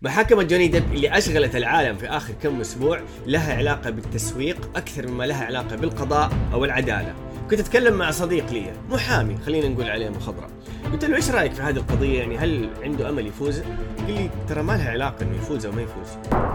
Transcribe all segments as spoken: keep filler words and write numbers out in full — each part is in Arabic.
محاكمة جوني ديب اللي أشغلت العالم في آخر كم أسبوع لها علاقة بالتسويق أكثر مما لها علاقة بالقضاء أو العدالة. كنت أتكلم مع صديق لي محامي، خلينا نقول عليه مخضرم، قلت له إيش رأيك في هذه القضية؟ يعني هل عنده أمل يفوز؟ قال لي ترى ما لها علاقة إنه يفوز أو ما يفوز.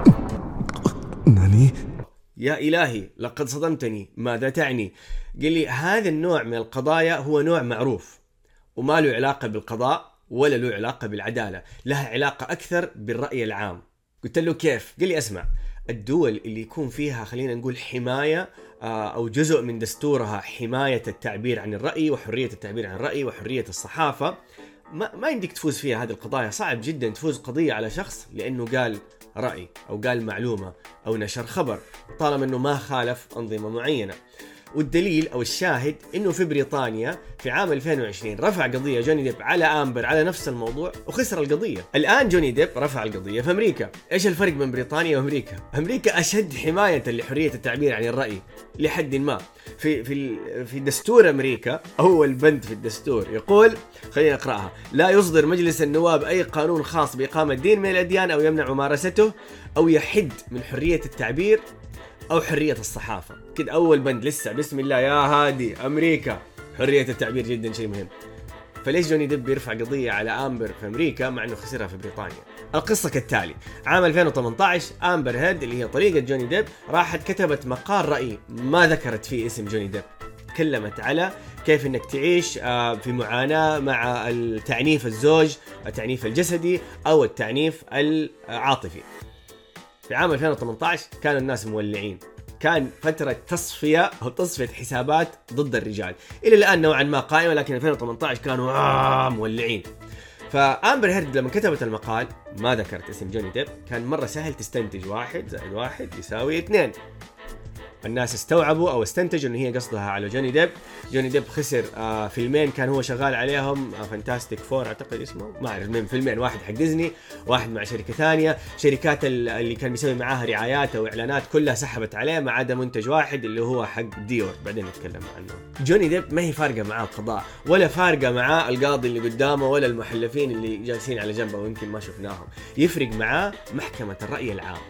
ناني؟ يا إلهي لقد صدمتني، ماذا تعني؟ قال لي هذا النوع من القضايا هو نوع معروف وما له علاقة بالقضاء ولا له علاقة بالعدالة، لها علاقة أكثر بالرأي العام. قلت له كيف؟ قال لي أسمع، الدول اللي يكون فيها خلينا نقول حماية أو جزء من دستورها حماية التعبير عن الرأي وحرية التعبير عن الرأي وحرية الصحافة، ما, ما يمديك تفوز فيها هذه القضايا. صعب جدا تفوز قضية على شخص لأنه قال رأي أو قال معلومة أو نشر خبر طالما أنه ما خالف أنظمة معينة. والدليل أو الشاهد أنه في بريطانيا في عام ألفين وعشرين رفع قضية جوني ديب على آمبر على نفس الموضوع وخسر القضية. الآن جوني ديب رفع القضية في أمريكا. إيش الفرق بين بريطانيا وأمريكا؟ أمريكا أشد حماية لحرية التعبير عن الرأي لحد ما. في في في دستور أمريكا أول بند في الدستور يقول، خلينا نقرأها: لا يصدر مجلس النواب أي قانون خاص بإقامة دين من الأديان أو يمنع ممارسته أو يحد من حرية التعبير أو حرية الصحافة. كده أول بند لسه بسم الله يا هادي. أمريكا حرية التعبير جدا شيء مهم. فليش جوني ديب يرفع قضية على آمبر في أمريكا مع أنه خسرها في بريطانيا؟ القصة كالتالي: عام ألفين وثمانية عشر آمبر هيرد اللي هي طريقة جوني ديب راحت كتبت مقال رأي ما ذكرت فيه اسم جوني ديب، تكلمت على كيف انك تعيش في معاناة مع التعنيف الزوج، التعنيف الجسدي او التعنيف العاطفي. في عام ألفين وثمانية عشر كانوا الناس مولعين، كان فترة تصفية أو تصفية حسابات ضد الرجال، إلى الآن نوعا ما قائمة، لكن ألفين وثمانية عشر كانوا آه مولعين. فآمبر هيرد لما كتبت المقال ما ذكرت اسم جوني ديب، كان مرة سهل تستنتج واحد زائد واحد يساوي اثنين. الناس استوعبوا أو استنتجوا إن هي قصدها على جوني ديب. جوني ديب خسر آه فيلمين كان هو شغال عليهم، آه فانتاستيك فور أعتقد اسمه، ما أعرف، من فيلمين، واحد حق ديزني واحد مع شركة ثانية. شركات اللي كان بيسوي معاها رعايات أو إعلانات كلها سحبت عليه ما عدا منتج واحد اللي هو حق ديور، بعدين نتكلم عنه. جوني ديب ما هي فارقة معاه القضاء ولا فارقة معاه القاضي اللي قدامه ولا المحلفين اللي جالسين على جنبه ويمكن ما شفناهم، يفرق معاه محكمة الرأي العام.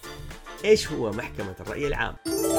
إيش هو محكمة الرأي العام؟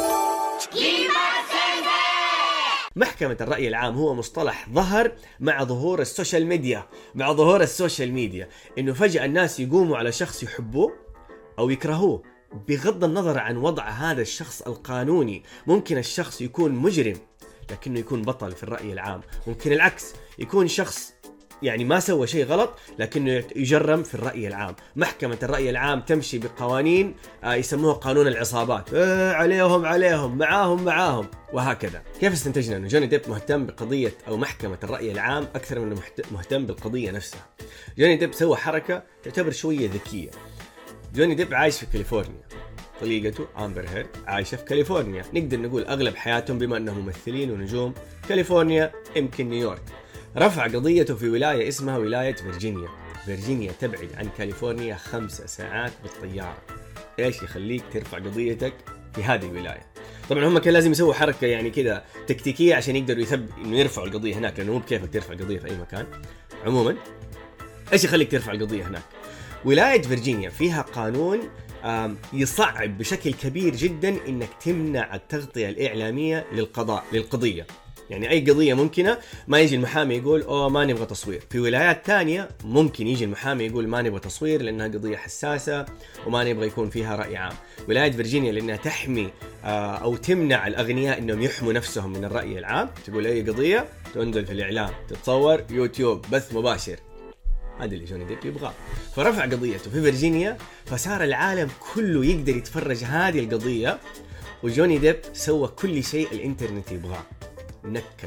محكمة الرأي العام هو مصطلح ظهر مع ظهور السوشيال ميديا، مع ظهور السوشيال ميديا إنه فجأة الناس يقوموا على شخص يحبوه أو يكرهوه بغض النظر عن وضع هذا الشخص القانوني. ممكن الشخص يكون مجرم لكنه يكون بطل في الرأي العام، ممكن العكس يكون شخص يعني ما سوى شيء غلط لكنه يجرم في الرأي العام. محكمة الرأي العام تمشي بقوانين آه يسموها قانون العصابات، آه عليهم عليهم معاهم معاهم وهكذا. كيف استنتجنا أنه جوني ديب مهتم بقضية أو محكمة الرأي العام أكثر من أنه مهتم بالقضية نفسها؟ جوني ديب سوى حركة تعتبر شوية ذكية. جوني ديب عايش في كاليفورنيا، طليقته آمبر هيرد عايشة في كاليفورنيا، نقدر نقول أغلب حياتهم بما أنهم ممثلين ونجوم كاليفورنيا يمكن نيويورك. رفع قضيته في ولاية اسمها ولاية فيرجينيا. فيرجينيا تبعد عن كاليفورنيا خمس ساعات بالطيارة. إيش يخليك ترفع قضيتك في هذه الولاية؟ طبعا هم كان لازم يسووا حركة يعني كده تكتيكية عشان يقدروا يثبت إنه يرفعوا القضية هناك، لأنه مو بكيفك ترفع قضية في أي مكان. عموما إيش يخليك ترفع القضية هناك؟ ولاية فيرجينيا فيها قانون يصعب بشكل كبير جدا إنك تمنع التغطية الإعلامية للقضاء للقضية. يعني أي قضية ممكنة ما يجي المحامي يقول أوه ما نبغى تصوير. في ولايات تانية ممكن يجي المحامي يقول ما نبغى تصوير لأنها قضية حساسة وما نبغى يكون فيها رأي عام. ولاية فيرجينيا لأنها تحمي أو تمنع الأغنياء إنهم يحموا نفسهم من الرأي العام، تقول أي قضية تنزل في الإعلام، تتصور يوتيوب بث مباشر. هذا اللي جوني ديب يبغاه. فرفع قضيته في فيرجينيا، فصار العالم كله يقدر يتفرج هذه القضية، وجوني ديب سوى كل شيء الإنترنت يبغاه. نكت.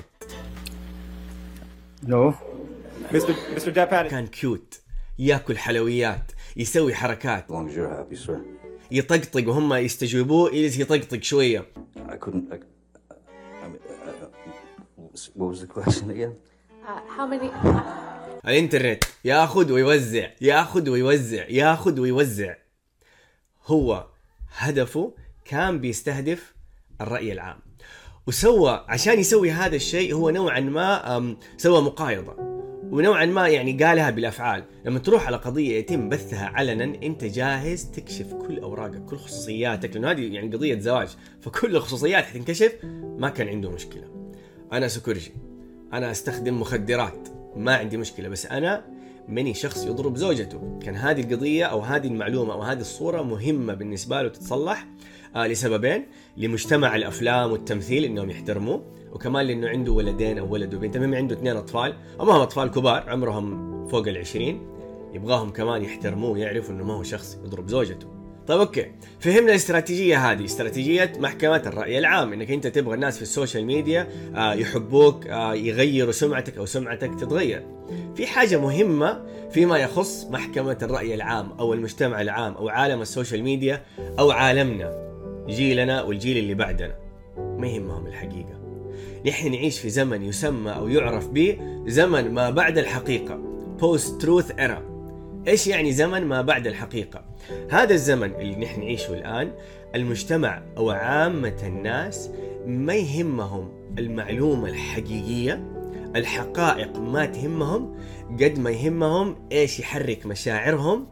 No. Mister Mister Depp كان كيوت، ياكل حلويات، يسوي حركات. As long as you're happy, sir. يطقطق وهم يستجوبوه، يجلس يطقطق شوية. I couldn't. I, I mean, uh, what was the question again? Uh, how many? الإنترنت ياخذ ويوزع، ياخذ ويوزع، ياخذ ويوزع. هو هدفه كان بيستهدف الرأي العام، وسوى عشان يسوي هذا الشيء هو نوعا ما سوى مقايضة، ونوعا ما يعني قالها بالأفعال. لما تروح على قضية يتم بثها علنا أنت جاهز تكشف كل أوراقك كل خصوصياتك، لأنه هذه يعني قضية زواج فكل الخصوصيات حتنكشف. ما كان عنده مشكلة. أنا سكرجي، أنا أستخدم مخدرات، ما عندي مشكلة، بس أنا مني شخص يضرب زوجته. كان هذه القضية أو هذه المعلومة أو هذه الصورة مهمة بالنسبة له تتصلح آه لسببين: لمجتمع الأفلام والتمثيل إنهم يحترموه، وكمان لأنه عنده ولدين أو ولد وبنت، تمام، عنده اثنين أطفال أو ما هم أطفال كبار عمرهم فوق العشرين، يبغاهم كمان يحترموه ويعرفوا إنه ما هو شخص يضرب زوجته. طيب أوكي، فهمنا الاستراتيجية هذه، استراتيجية محكمة الرأي العام، إنك أنت تبغى الناس في السوشيال ميديا آه يحبوك، آه يغيروا سمعتك أو سمعتك تتغير. في حاجة مهمة فيما يخص محكمة الرأي العام أو المجتمع العام أو عالم السوشيال ميديا أو عالمنا، جيلنا والجيل اللي بعدنا، ما يهمهم الحقيقة. نحن نعيش في زمن يسمى أو يعرف به زمن ما بعد الحقيقة، Post Truth Era. إيش يعني زمن ما بعد الحقيقة؟ هذا الزمن اللي نحن نعيشه الآن، المجتمع أو عامة الناس ما يهمهم المعلومة الحقيقية، الحقائق ما تهمهم قد ما يهمهم إيش يحرك مشاعرهم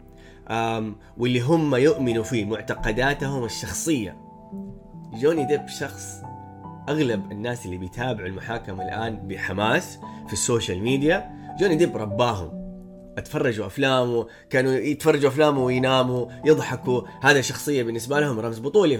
واللي هم يؤمنوا فيه، معتقداتهم الشخصية. جوني ديب شخص أغلب الناس اللي بيتابعوا المحاكمة الآن بحماس في السوشيال ميديا، جوني ديب رباهم. اتفرجوا أفلامه، كانوا يتفرجوا أفلامه ويناموا يضحكوا، هذا شخصية بالنسبة لهم رمز بطولي،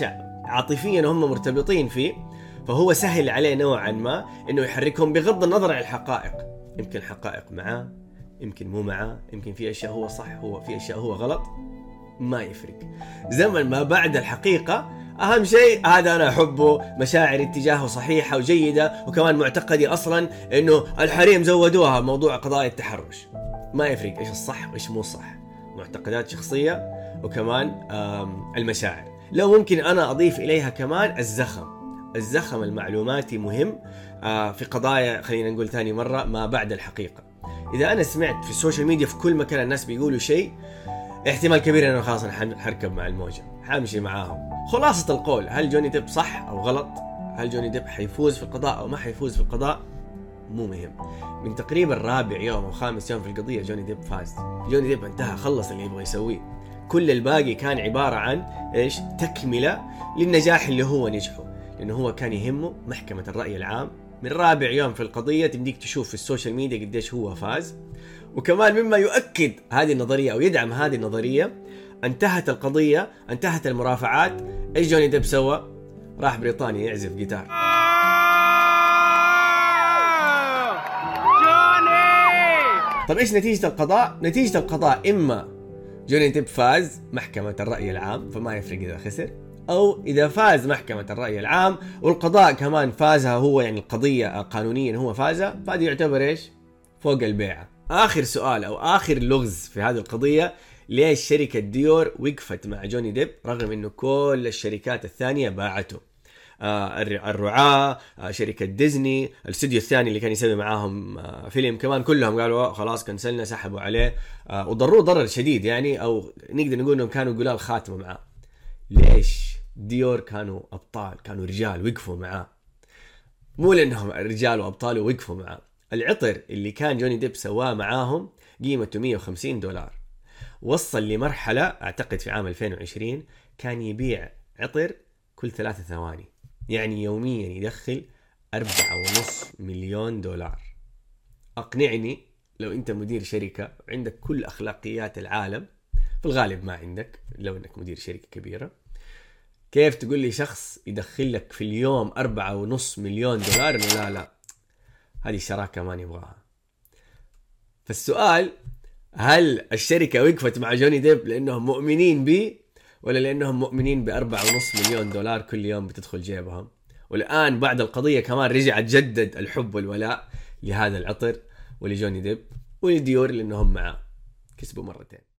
عاطفيا هم مرتبطين فيه، فهو سهل عليه نوعا ما إنه يحركهم بغض النظر عن الحقائق. يمكن الحقائق معاه، يمكن مو معاه، يمكن في أشياء هو صح، هو في أشياء هو غلط، ما يفرق. زمن ما بعد الحقيقة أهم شيء هذا أنا أحبه، مشاعر اتجاهه صحيحة وجيدة، وكمان معتقدي أصلا إنه الحريم زودوها موضوع قضايا التحرش. ما يفرق إيش الصح وإيش مو صح، معتقدات شخصية وكمان المشاعر. لو ممكن أنا أضيف إليها كمان الزخم، الزخم المعلوماتي مهم في قضايا، خلينا نقول ثاني مرة، ما بعد الحقيقة. إذا أنا سمعت في السوشيال ميديا في كل مكان الناس بيقولوا شيء، احتمال كبير أنه خلاص أنا حركب مع الموجة، حامشي معاهم. خلاصة القول، هل جوني ديب صح أو غلط؟ هل جوني ديب حيفوز في القضاء أو ما حيفوز في القضاء؟ مو مهم. من تقريبا رابع يوم أو خامس يوم في القضية جوني ديب فاز. جوني ديب انتهى، خلص اللي يبغى يسويه. كل الباقي كان عبارة عن إيش؟ تكملة للنجاح اللي هو نجحه، لأنه هو كان يهمه محكمة الرأي العام. من رابع يوم في القضية تمديك تشوف في السوشيال ميديا قديش هو فاز. وكمان مما يؤكد هذه النظرية أو يدعم هذه النظرية، انتهت القضية، انتهت المرافعات، إيش جوني ديب سوى؟ راح بريطانيا يعزف جيتار. طب إيش نتيجة القضاء؟ نتيجة القضاء إما جوني ديب فاز محكمة الرأي العام، فما يفرق إذا خسر، أو إذا فاز محكمة الرأي العام والقضاء كمان فازها هو، يعني القضية قانونيا هو فازها، فهذا يعتبر إيش؟ فوق البيعة. آخر سؤال أو آخر لغز في هذه القضية: ليش شركة ديور وقفت مع جوني ديب رغم إنه كل الشركات الثانية باعته؟ آه الرعاة، آه شركة ديزني، الاستوديو الثاني اللي كان يسوي معاهم آه فيلم كمان، كلهم قالوا خلاص كنسلنا، سحبوا عليه آه وضروه ضرر شديد، يعني أو نقدر نقول إنهم كانوا قلال خاتمة معاه. ليش ديور كانوا أبطال، كانوا رجال وقفوا معاه؟ مو لأنهم رجال وأبطال ووقفوا معاه. العطر اللي كان جوني ديب سواه معاهم قيمته مية وخمسين دولار، وصل لمرحلة أعتقد في عام ألفين وعشرين كان يبيع عطر كل ثلاثة ثواني، يعني يوميا يدخل أربعة ونص مليون دولار. أقنعني، لو أنت مدير شركة وعندك كل أخلاقيات العالم، في الغالب ما عندك لو أنك مدير شركة كبيرة، كيف تقول لي شخص يدخل لك في اليوم أربعة ونص مليون دولار؟ إنه لا لا هذه الشراكة ما نبغاها. فالسؤال: هل الشركة وقفت مع جوني ديب لأنهم مؤمنين به، ولا لأنهم مؤمنين بأربعة ونص مليون دولار كل يوم بتدخل جيبهم؟ والآن بعد القضية كمان رجع تجدد الحب والولاء لهذا العطر ولجوني ديب ولديور لأنهم معاه كسبوا مرتين.